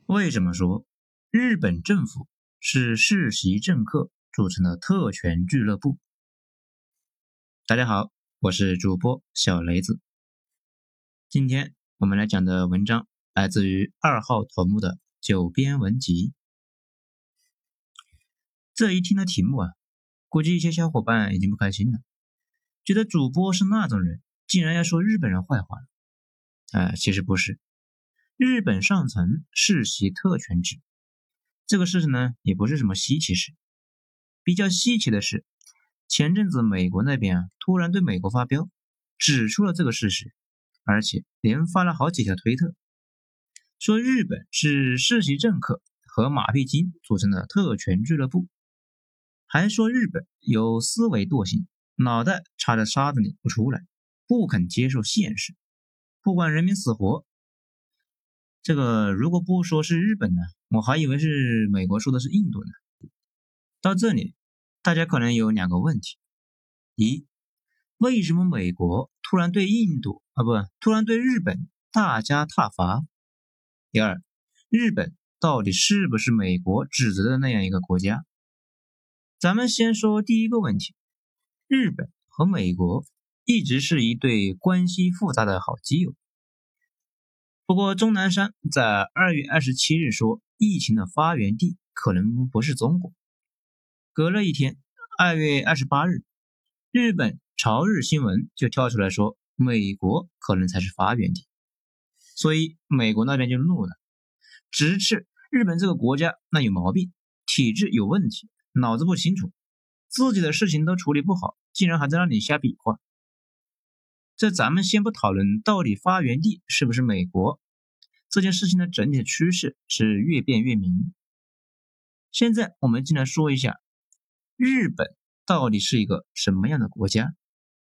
为什么说日本政府是世袭政客组成的特权俱乐部？大家好，我是主播小雷子。今天我们来讲的文章来自于2号头目的九编文集。这一听的题目估计一些小伙伴已经不开心了，觉得主播是那种人，竟然要说日本人坏话了。其实不是，日本上层世袭特权制，这个事情呢也不是什么稀奇事。比较稀奇的是，前阵子美国那边突然对美国发飙，指出了这个事实，而且连发了好几条推特，说日本是世袭政客和马屁精组成的特权俱乐部，还说日本有思维惰性，脑袋插在沙子里不出来，不肯接受现实，不管人民死活。这个如果不说是日本呢，我还以为是美国说的是印度呢。到这里大家可能有两个问题：一，为什么美国突然对突然对日本大加挞伐？第二，日本到底是不是美国指责的那样一个国家？咱们先说第一个问题，日本和美国一直是一对关系复杂的好基友。不过钟南山在2月27日说，疫情的发源地可能不是中国。隔了一天，2月28日，日本朝日新闻就跳出来说，美国可能才是发源地。所以美国那边就怒了，直斥日本这个国家那有毛病，体制有问题，脑子不清楚，自己的事情都处理不好，竟然还在那里瞎比划。这咱们先不讨论到底发源地是不是美国，这件事情的整体趋势是越变越明。现在我们进来说一下，日本到底是一个什么样的国家？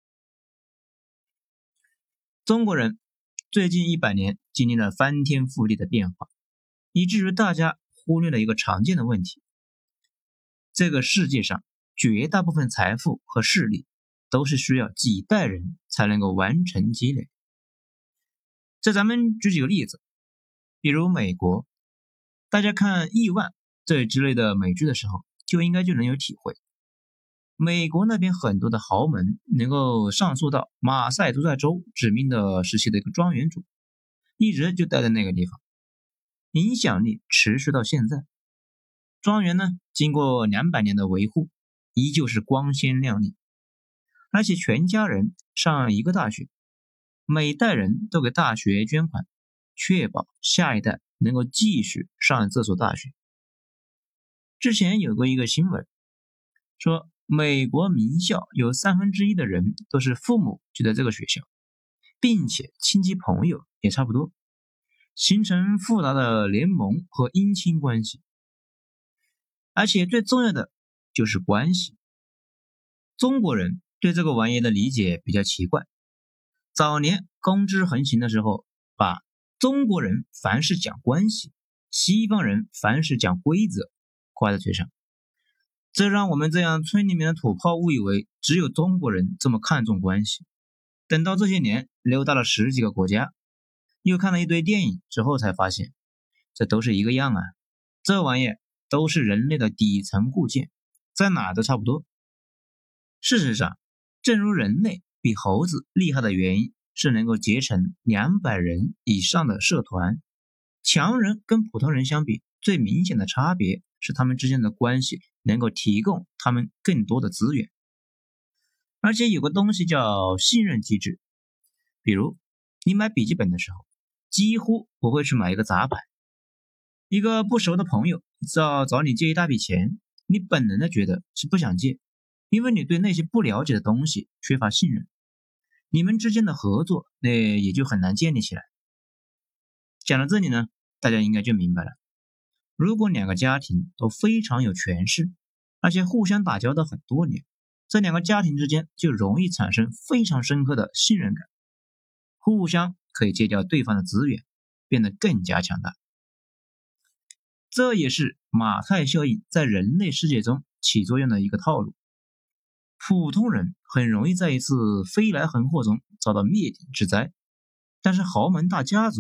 中国人最近100年经历了翻天覆地的变化，以至于大家忽略了一个常见的问题：这个世界上绝大部分财富和势力都是需要几代人才能够完成积累。这咱们举几个例子，比如美国，大家看亿万这之类的美剧的时候，就能有体会。美国那边很多的豪门能够上溯到马赛诸塞州指名的时期的一个庄园主，一直就待在那个地方，影响力持续到现在。庄园呢，经过200年的维护，依旧是光鲜亮丽，而且全家人上一个大学，每代人都给大学捐款，确保下一代能够继续上这所大学。之前有过一个新闻，说美国名校有1/3的人都是父母就在这个学校，并且亲戚朋友也差不多，形成复杂的联盟和姻亲关系。而且最重要的就是关系。中国人对这个玩意的理解比较奇怪，早年公知横行的时候，把中国人凡事讲关系，西方人凡事讲规则挂在嘴上，这让我们这样村里面的土炮误以为只有中国人这么看重关系。等到这些年溜达了10几个国家，又看了一堆电影之后才发现，这都是一个样这玩意都是人类的底层固件，在哪都差不多。事实上，正如人类比猴子厉害的原因是能够结成200人以上的社团，强人跟普通人相比，最明显的差别是他们之间的关系能够提供他们更多的资源。而且有个东西叫信任机制，比如你买笔记本的时候，几乎不会去买一个杂牌。一个不熟的朋友找你借一大笔钱，你本能的觉得是不想借，因为你对那些不了解的东西缺乏信任，你们之间的合作也就很难建立起来。讲到这里呢，大家应该就明白了，如果2个家庭都非常有权势，而且互相打交道很多年，这2个家庭之间就容易产生非常深刻的信任感，互相可以借调对方的资源，变得更加强大。这也是马太效应在人类世界中起作用的一个套路。普通人很容易在一次飞来横祸中遭到灭顶之灾，但是豪门大家族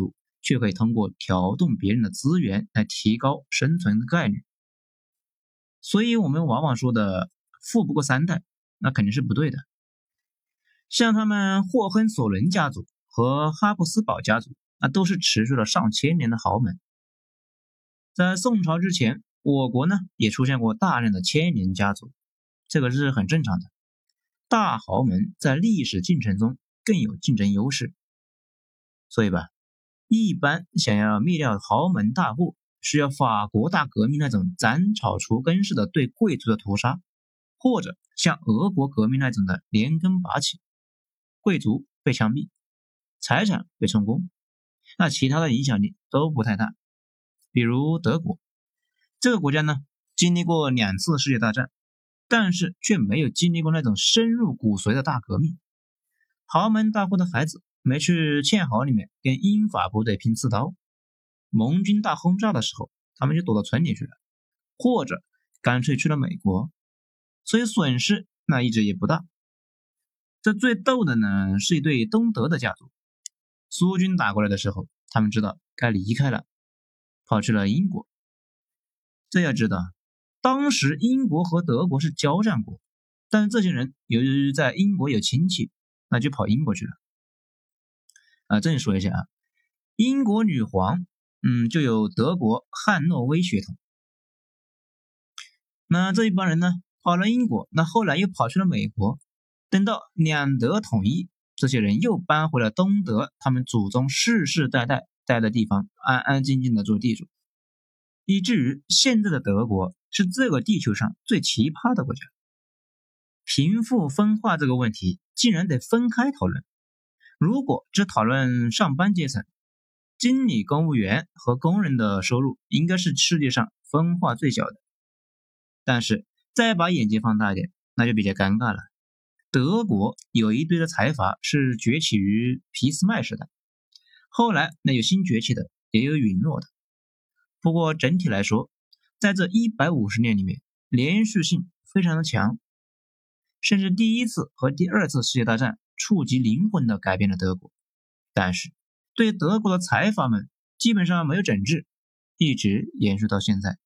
却可以通过挑动别人的资源来提高生存的概率。所以我们往往说的富不过三代，那肯定是不对的。像他们霍亨索伦家族和哈布斯堡家族，那都是持续了上千年的豪门。在宋朝之前，我国呢也出现过大量的千年家族，这个是很正常的。大豪门在历史进程中更有竞争优势，所以吧，一般想要灭掉豪门大户，需要法国大革命那种斩草除根式的对贵族的屠杀，或者像俄国革命那种的连根拔起，贵族被枪毙，财产被充公，那其他的影响力都不太大。比如德国这个国家呢，经历过2次世界大战，但是却没有经历过那种深入骨髓的大革命。豪门大户的孩子没去堑壕里面跟英法部队拼刺刀，盟军大轰炸的时候，他们就躲到村里去了，或者干脆去了美国，所以损失那一直也不大。这最逗的呢，是一对东德的家族，苏军打过来的时候，他们知道该离开了，跑去了英国。这要知道，当时英国和德国是交战国，但是这些人由于在英国有亲戚，那就跑英国去了。这里说一下啊，英国女皇就有德国汉诺威血统。那这一帮人呢，跑了英国，那后来又跑去了美国。等到两德统一，这些人又搬回了东德他们祖宗世世代代待的地方，安安静静的做地主，以至于现在的德国是这个地球上最奇葩的国家。贫富分化这个问题竟然得分开讨论。如果只讨论上班阶层，经理、公务员和工人的收入应该是世界上分化最小的。但是再把眼界放大一点，那就比较尴尬了。德国有一堆的财阀是崛起于俾斯麦时代，后来那有新崛起的，也有陨落的。不过整体来说，在这150年里面，连续性非常的强，甚至第1次和第2次世界大战触及灵魂的改变了德国。但是对德国的财阀们基本上没有整治，一直延续到现在。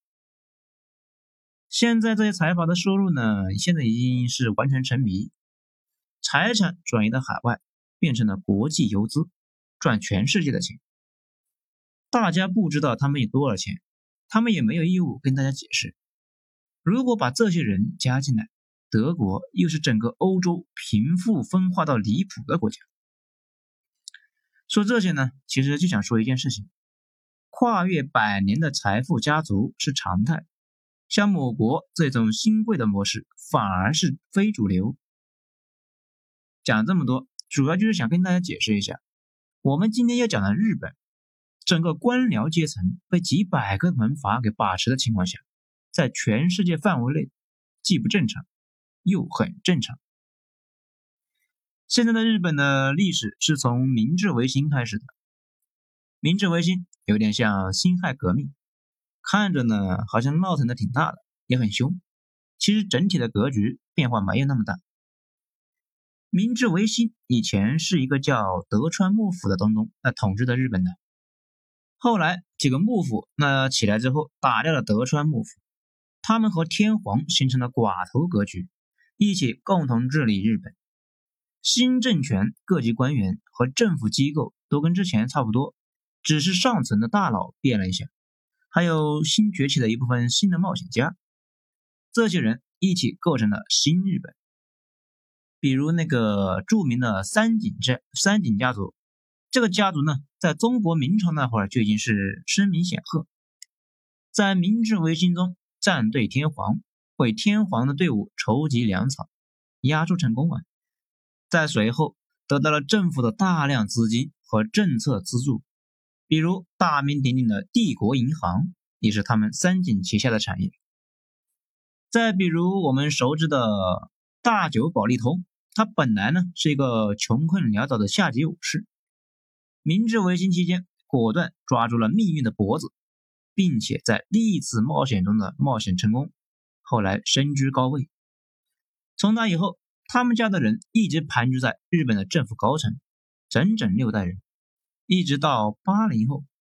现在这些财阀的收入呢，现在已经是完全沉迷，财产转移到海外，变成了国际游资，赚全世界的钱。大家不知道他们有多少钱，他们也没有义务跟大家解释。如果把这些人加进来，德国又是整个欧洲贫富分化到离谱的国家。说这些呢，其实就想说一件事情，跨越100年的财富家族是常态，像某国这种新贵的模式反而是非主流。讲这么多，主要就是想跟大家解释一下，我们今天要讲的日本，整个官僚阶层被几百个门阀给把持的情况下，在全世界范围内既不正常，又很正常。现在的日本的历史是从明治维新开始的，明治维新有点像辛亥革命，看着呢好像闹腾的挺大的，也很凶，其实整体的格局变化没有那么大。明治维新以前是一个叫德川幕府的东东统治的日本的，后来几个幕府起来之后打掉了德川幕府，他们和天皇形成了寡头格局，一起共同治理日本。新政权各级官员和政府机构都跟之前差不多，只是上层的大佬变了一下，还有新崛起的一部分新的冒险家，这些人一起构成了新日本。比如那个著名的三井家族，这个家族呢，在中国明朝那会儿就已经是声名显赫，在明治维新中站队天皇，为天皇的队伍筹集粮草，压铸成功啊。在随后得到了政府的大量资金和政策资助，比如大名鼎鼎的帝国银行也是他们三井旗下的产业。再比如我们熟知的大久保利通，他本来呢是一个穷困潦倒的下级武士，明治维新期间果断抓住了命运的脖子，并且在历次冒险中的冒险成功，后来身居高位。从那以后，他们家的人一直盘踞在日本的政府高层，整整6代人，一直到80后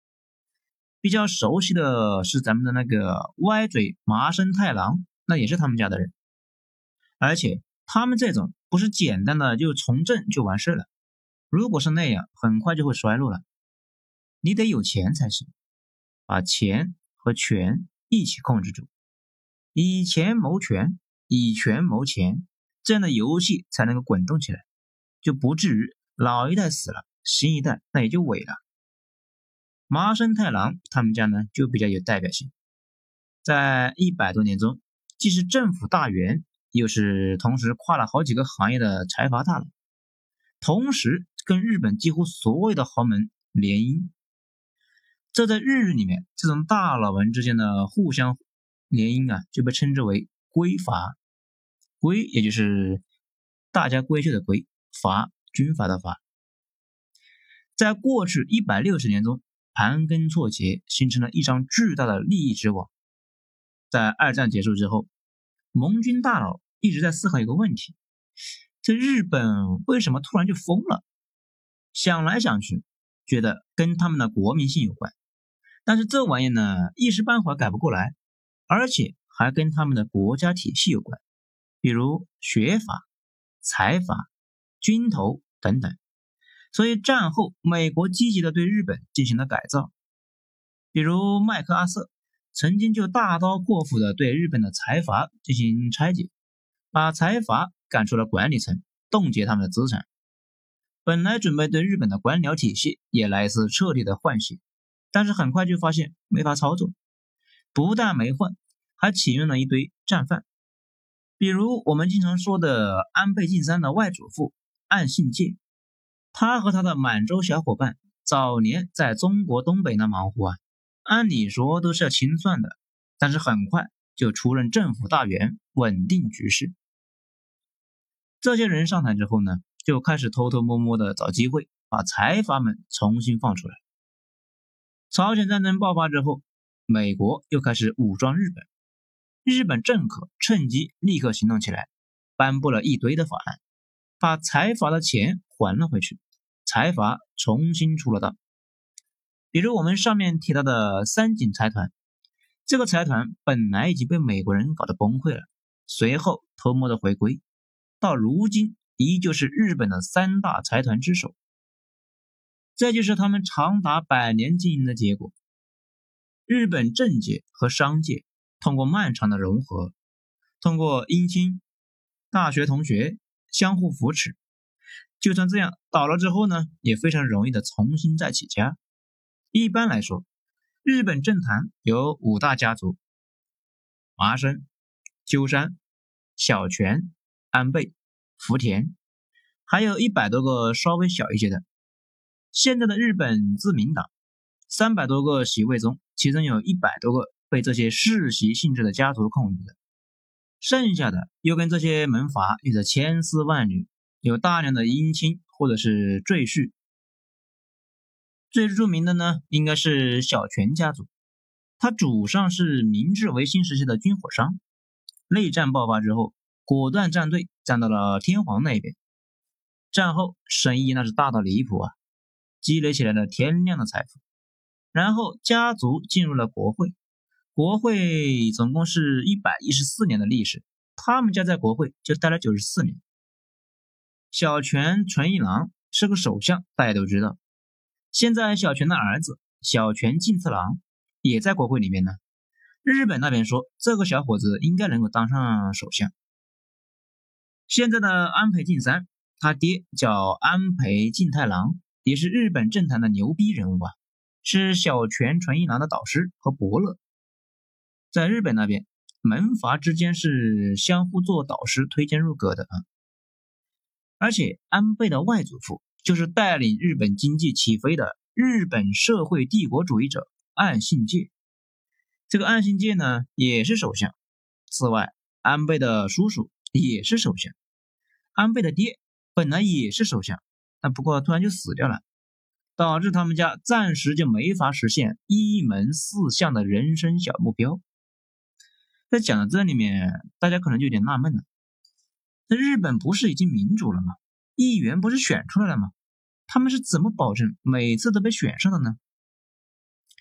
比较熟悉的是咱们的那个歪嘴麻生太郎，那也是他们家的人。而且他们这种不是简单的就从政就完事了，如果是那样，很快就会衰落了。你得有钱才行，把钱和权一起控制住，以钱谋权，以权谋钱，这样的游戏才能够滚动起来，就不至于老一代死了，新一代那也就萎了。麻生太郎他们家呢就比较有代表性，在100多年中，既是政府大员，又是同时跨了好几个行业的财阀大佬，同时跟日本几乎所有的豪门联姻。这在日语里面，这种大佬们之间的互相联姻啊，就被称之为归阀。归也就是大家闺秀的归，阀军阀的阀。在过去160年中，盘根错节，形成了一张巨大的利益之网。在二战结束之后，盟军大佬一直在思考一个问题：这日本为什么突然就疯了？想来想去，觉得跟他们的国民性有关，但是这玩意呢，一时半会儿改不过来，而且还跟他们的国家体系有关，比如学法、财阀、军头等等。所以战后美国积极的对日本进行了改造，比如麦克阿瑟曾经就大刀阔斧的对日本的财阀进行拆解，把财阀赶出了管理层，冻结他们的资产。本来准备对日本的官僚体系也来一次彻底的换血，但是很快就发现没法操作，不但没换，还启用了一堆战犯，比如我们经常说的安倍晋三的外祖父岸信介，他和他的满洲小伙伴早年在中国东北那忙活啊，按理说都是要清算的，但是很快就出任政府大员，稳定局势。这些人上台之后呢，就开始偷偷摸摸的找机会把财阀们重新放出来。朝鲜战争爆发之后，美国又开始武装日本，日本政客趁机立刻行动起来，颁布了一堆的法案，把财阀的钱还了回去，财阀重新出了道。比如我们上面提到的三井财团，这个财团本来已经被美国人搞得崩溃了，随后偷摸的回归，到如今依旧是日本的3大财团之首。这就是他们长达100年经营的结果。日本政界和商界通过漫长的融合，通过姻亲、大学同学相互扶持，就算这样倒了之后呢，也非常容易的重新再起家。一般来说，日本政坛有5大家族：麻生、鸠山、小泉、安倍、福田，还有100多个稍微小一些的。现在的日本自民党300多个席位中，其中有100多个被这些世袭性质的家族控制的，剩下的又跟这些门阀有着千丝万缕，有大量的姻亲或者是赘婿。最著名的呢，应该是小泉家族，他祖上是明治维新时期的军火商，内战爆发之后，果断站队站到了天皇那边，战后生意那是大到离谱啊，积累起来了天量的财富。然后家族进入了国会，国会总共是114年的历史，他们家在国会就待了94年。小泉纯一郎是个首相，大家都知道。现在小泉的儿子小泉进次郎也在国会里面呢。日本那边说这个小伙子应该能够当上首相。现在的安倍晋三，他爹叫安倍晋太郎，也是日本政坛的牛逼人物啊，是小泉纯一郎的导师和伯乐。在日本那边，门阀之间是相互做导师推荐入阁的啊。而且安倍的外祖父就是带领日本经济起飞的日本社会帝国主义者岸信介。这个岸信介呢也是首相，此外安倍的叔叔也是首相，安倍的爹本来也是首相，但不过突然就死掉了，导致他们家暂时就没法实现一门四相的人生小目标。在讲到这里面，大家可能就有点纳闷了，那日本不是已经民主了吗？议员不是选出来了吗？他们是怎么保证每次都被选上的呢？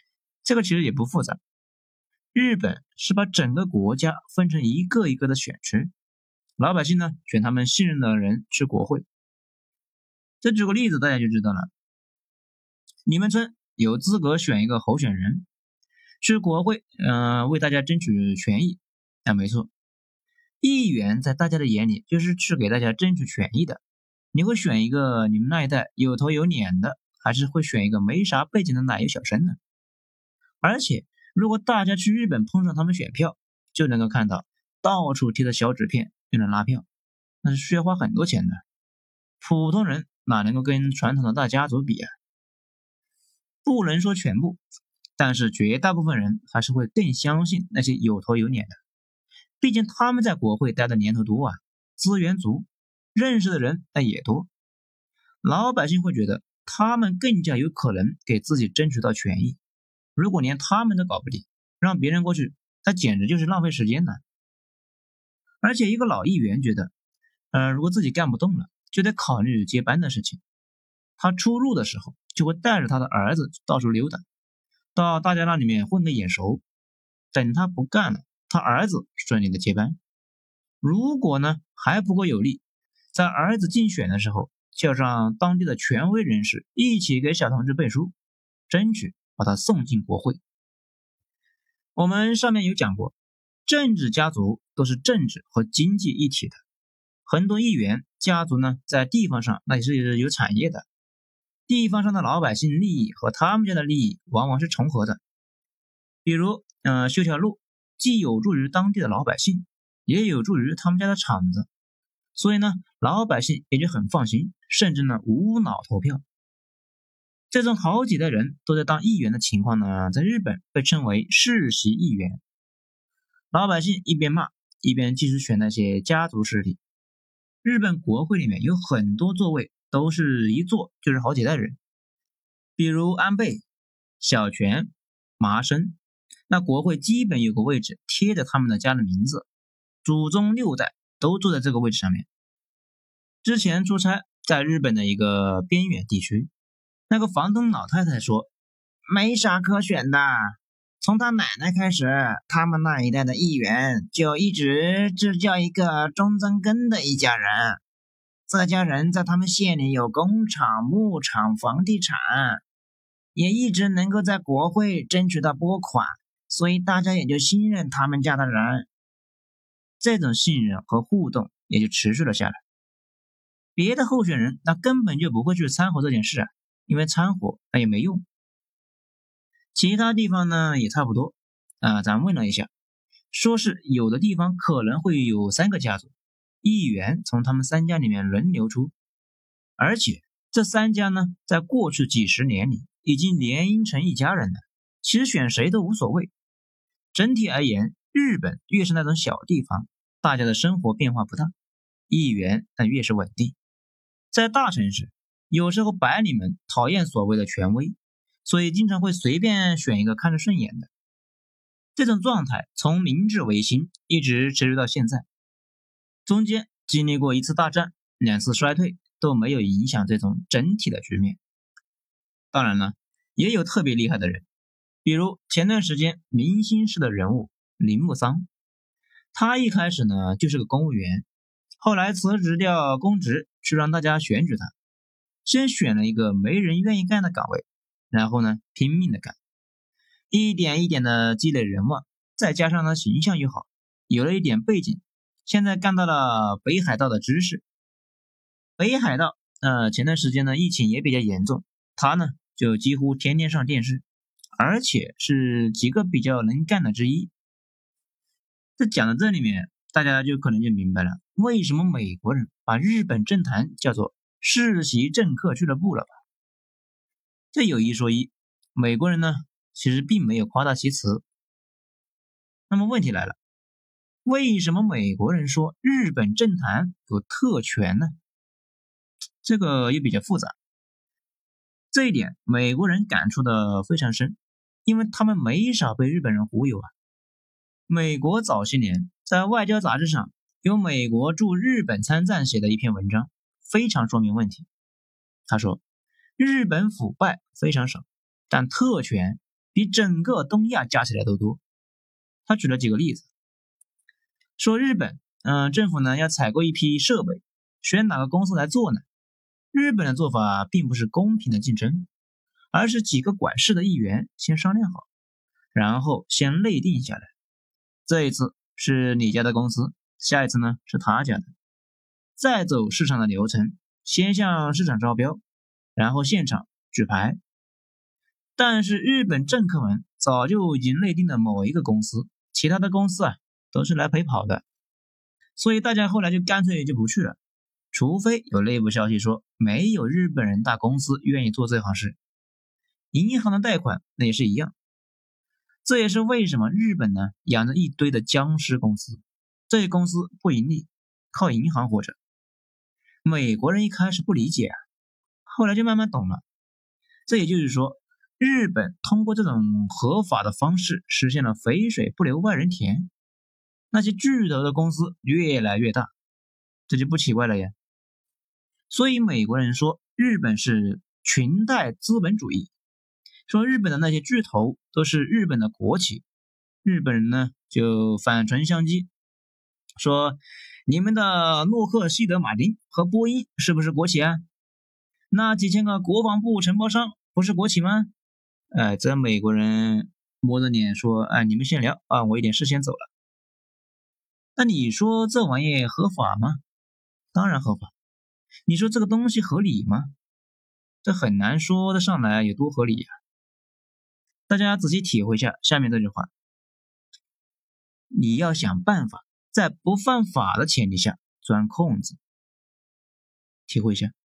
这个其实也不复杂，日本是把整个国家分成一个一个的选区，老百姓呢选他们信任的人去国会。这举个例子大家就知道了，你们村有资格选一个候选人去国会为大家争取权益，没错，议员在大家的眼里就是去给大家争取权益的。你会选一个你们那一代有头有脸的，还是会选一个没啥背景的奶油小生呢？而且如果大家去日本碰上他们选票，就能够看到到处贴的小纸片用来拉票，那是需要花很多钱的，普通人哪能够跟传统的大家族比啊？不能说全部，但是绝大部分人还是会更相信那些有头有脸的，毕竟他们在国会待的年头多啊，资源足，认识的人也多，老百姓会觉得他们更加有可能给自己争取到权益。如果连他们都搞不定，让别人过去，那简直就是浪费时间呢。而且一个老议员觉得如果自己干不动了，就得考虑接班的事情。他出入的时候就会带着他的儿子到处溜达，到大家那里面混个眼熟，等他不干了，他儿子顺利的接班。如果呢还不够有力，在儿子竞选的时候叫上当地的权威人士一起给小同志背书，争取把他送进国会。我们上面有讲过，政治家族都是政治和经济一体的，很多议员家族呢在地方上那也是有产业的，地方上的老百姓利益和他们家的利益往往是重合的。比如修条路既有助于当地的老百姓，也有助于他们家的厂子，所以呢老百姓也就很放心，甚至呢无脑投票。这种好几代人都在当议员的情况呢，在日本被称为世袭议员。老百姓一边骂一边继续选那些家族势力。日本国会里面有很多座位都是一坐就是好几代人，比如安倍、小泉、麻生，那国会基本有个位置贴着他们的家的名字，祖宗6代都坐在这个位置上面。之前出差在日本的一个边远地区，那个房东老太太说，没啥可选的，从他奶奶开始，他们那一代的议员就一直只叫一个中曾根的一家人，这家人在他们县里有工厂、牧场、房地产，也一直能够在国会争取到拨款，所以大家也就信任他们家的人。这种信任和互动也就持续了下来。别的候选人那根本就不会去掺和这件事啊，因为掺和那也没用。其他地方呢也差不多咱问了一下，说是有的地方可能会有3个家族，议员从他们3家里面轮流出，而且这3家呢在过去几十年里已经联姻成一家人了，其实选谁都无所谓。整体而言，日本越是那种小地方，大家的生活变化不大，议员越是稳定。在大城市，有时候白领们讨厌所谓的权威，所以经常会随便选一个看着顺眼的。这种状态从明治维新一直持续到现在，中间经历过1次大战，2次衰退，都没有影响这种整体的局面。当然了，也有特别厉害的人，比如前段时间明星式的人物铃木桑，他一开始呢就是个公务员，后来辞职掉公职去让大家选举他，先选了一个没人愿意干的岗位，然后呢拼命的干，一点一点的积累人望，再加上他形象又好，有了一点背景，现在干到了北海道的知事。北海道前段时间呢疫情也比较严重，他呢就几乎天天上电视，而且是几个比较能干的之一。这讲到这里面，大家就可能就明白了，为什么美国人把日本政坛叫做世袭政客俱乐部了吧？这有一说一，美国人呢其实并没有夸大其词。那么问题来了，为什么美国人说日本政坛有特权呢？这个也比较复杂。这一点美国人感触的非常深，因为他们没少被日本人忽悠啊。美国早些年在外交杂志上有美国驻日本参赞写的一篇文章，非常说明问题。他说，日本腐败非常少，但特权比整个东亚加起来都多。他举了几个例子，说日本政府呢要采购一批设备，选哪个公司来做呢？日本的做法并不是公平的竞争，而是几个管事的议员先商量好，然后先内定下来。这一次是你家的公司，下一次呢是他家的，再走市场的流程，先向市场招标，然后现场举牌。但是日本政客们早就已经内定了某一个公司，其他的公司都是来陪跑的，所以大家后来就干脆就不去了，除非有内部消息说没有日本人大公司愿意做这行事。银行的贷款那也是一样，这也是为什么日本呢养着一堆的僵尸公司，这些公司不盈利，靠银行活着。美国人一开始不理解后来就慢慢懂了。这也就是说，日本通过这种合法的方式实现了肥水不流外人田，那些巨头的公司越来越大，这就不奇怪了呀。所以美国人说日本是裙带资本主义，说日本的那些巨头都是日本的国企，日本人呢就反唇相讥，说你们的洛克希德马丁和波音是不是国企啊？那几千个国防部承包商不是国企吗？这美国人摸着脸说，你们先聊我有点事先走了。那你说这玩意合法吗？当然合法。你说这个东西合理吗？这很难说得上来有多合理呀。大家仔细体会一下下面这句话，你要想办法在不犯法的前提下钻空子。体会一下，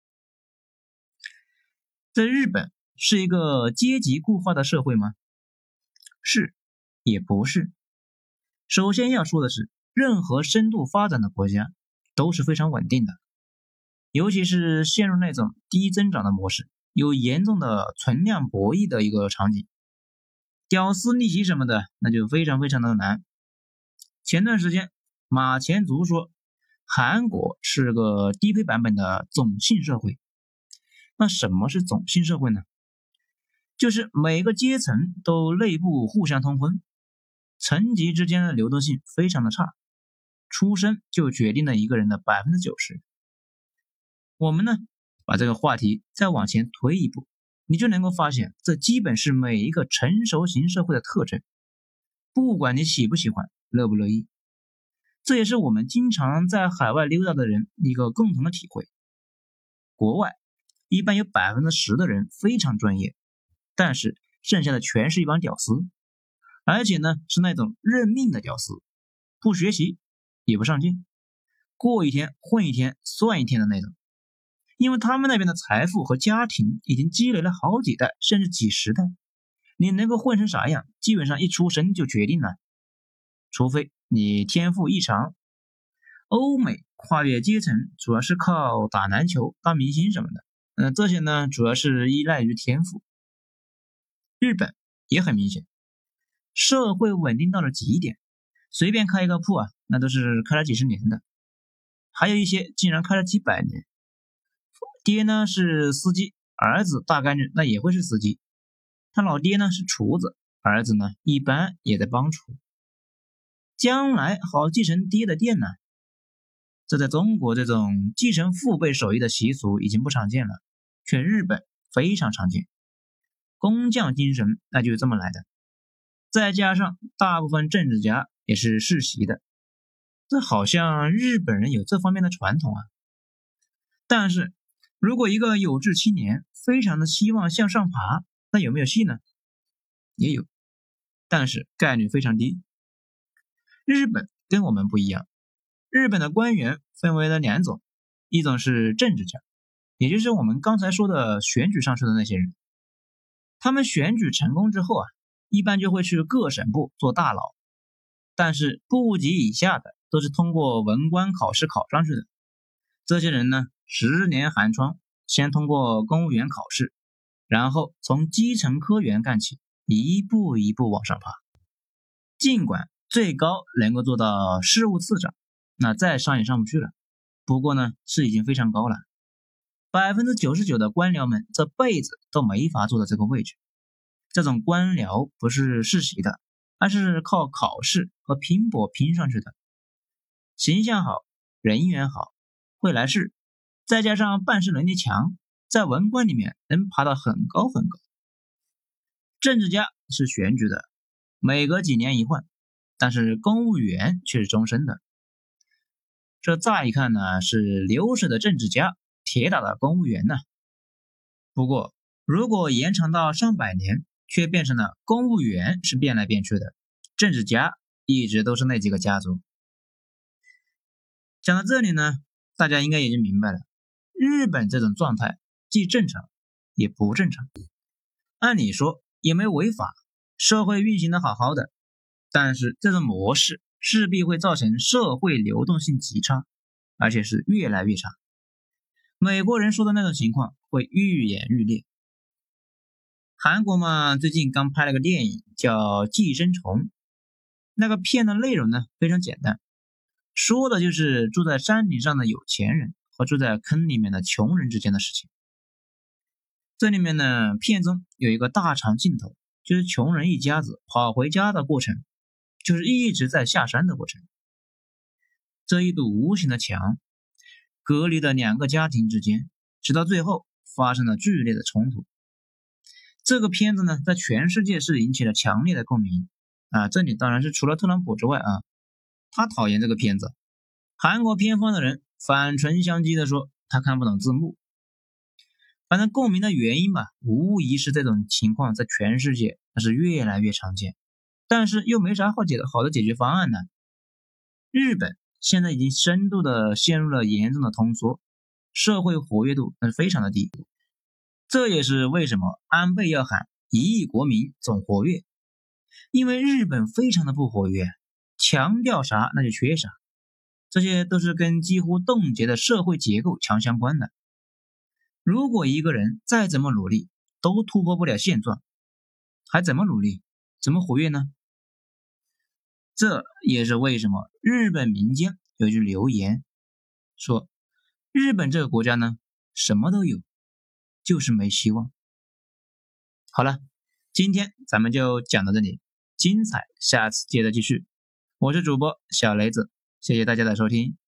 在日本是一个阶级固化的社会吗？是，也不是。首先要说的是，任何深度发展的国家都是非常稳定的，尤其是陷入那种低增长的模式，有严重的存量博弈的一个场景，屌丝逆袭什么的那就非常非常的难。前段时间马前卒说韩国是个低配版本的种姓社会。那什么是种姓社会呢？就是每个阶层都内部互相通婚，层级之间的流动性非常的差，出生就决定了一个人的 90%。 我们呢把这个话题再往前推一步，你就能够发现这基本是每一个成熟型社会的特征，不管你喜不喜欢，乐不乐意。这也是我们经常在海外溜达的人一个共同的体会。国外一般有 10% 的人非常专业，但是剩下的全是一帮屌丝，而且呢是那种认命的屌丝，不学习也不上进，过一天混一天算一天的那种。因为他们那边的财富和家庭已经积累了好几代甚至几十代，你能够混成啥样基本上一出生就决定了，除非你天赋异常。欧美跨越阶层主要是靠打篮球当明星什么的，这些呢主要是依赖于天赋。日本也很明显，社会稳定到了极点，随便开一个铺那都是开了几十年的，还有一些竟然开了几百年。爹呢是司机，儿子大概率那也会是司机，他老爹呢是厨子，儿子呢一般也在帮厨，将来好继承爹的店呢。这在中国这种继承父辈手艺的习俗已经不常见了，却日本非常常见。工匠精神那就是这么来的，再加上大部分政治家也是世袭的，这好像日本人有这方面的传统但是如果一个有志青年非常的希望向上爬，那有没有戏呢？也有，但是概率非常低。日本跟我们不一样，日本的官员分为了2种，一种是政治家，也就是我们刚才说的选举上去的那些人，他们选举成功之后一般就会去各省部做大佬，但是部级以下的都是通过文官考试考上去的。这些人呢10年寒窗，先通过公务员考试，然后从基层科员干起，一步一步往上爬。尽管最高能够做到事务次长，那再上也上不去了，不过呢是已经非常高了。99%的官僚们这辈子都没法做到这个位置， 这种官僚不是世袭的，而是靠考试和拼搏拼上去的。形象好，人缘好，会来事，再加上办事能力强，在文官里面能爬到很高很高。政治家是选举的，每隔几年一换，但是公务员却是终身的。这乍一看呢是流水的政治家，铁打的公务员呢。不过如果延长到上百年，却变成了公务员是变来变去的，政治家一直都是那几个家族。讲到这里呢，大家应该已经明白了，日本这种状态既正常也不正常。按理说也没违法，社会运行的好好的，但是这种模式势必会造成社会流动性极差，而且是越来越差。美国人说的那种情况会愈演愈烈。韩国嘛，最近刚拍了个电影叫《寄生虫》，那个片的内容呢非常简单，说的就是住在山顶上的有钱人和住在坑里面的穷人之间的事情。这里面呢，片中有一个大长镜头，就是穷人一家子跑回家的过程，就是一直在下山的过程。这一堵无形的墙隔离了两个家庭之间，直到最后发生了剧烈的冲突。这个片子呢，在全世界是引起了强烈的共鸣啊！这里当然是除了特朗普之外啊，他讨厌这个片子。韩国片方的人反唇相讥的说，他看不懂字幕。反正共鸣的原因吧，无疑是这种情况在全世界那是越来越常见，但是又没啥好的解决方案呢。日本现在已经深度的陷入了严重的通缩，社会活跃度那是非常的低。这也是为什么安倍要喊1亿国民总活跃，因为日本非常的不活跃，强调啥那就缺啥，这些都是跟几乎冻结的社会结构强相关的。如果一个人再怎么努力都突破不了现状，还怎么努力，怎么活跃呢？这也是为什么日本民间有句流言说，日本这个国家呢，什么都有，就是没希望。好了，今天咱们就讲到这里，精彩下次接着继续。我是主播小雷子，谢谢大家的收听。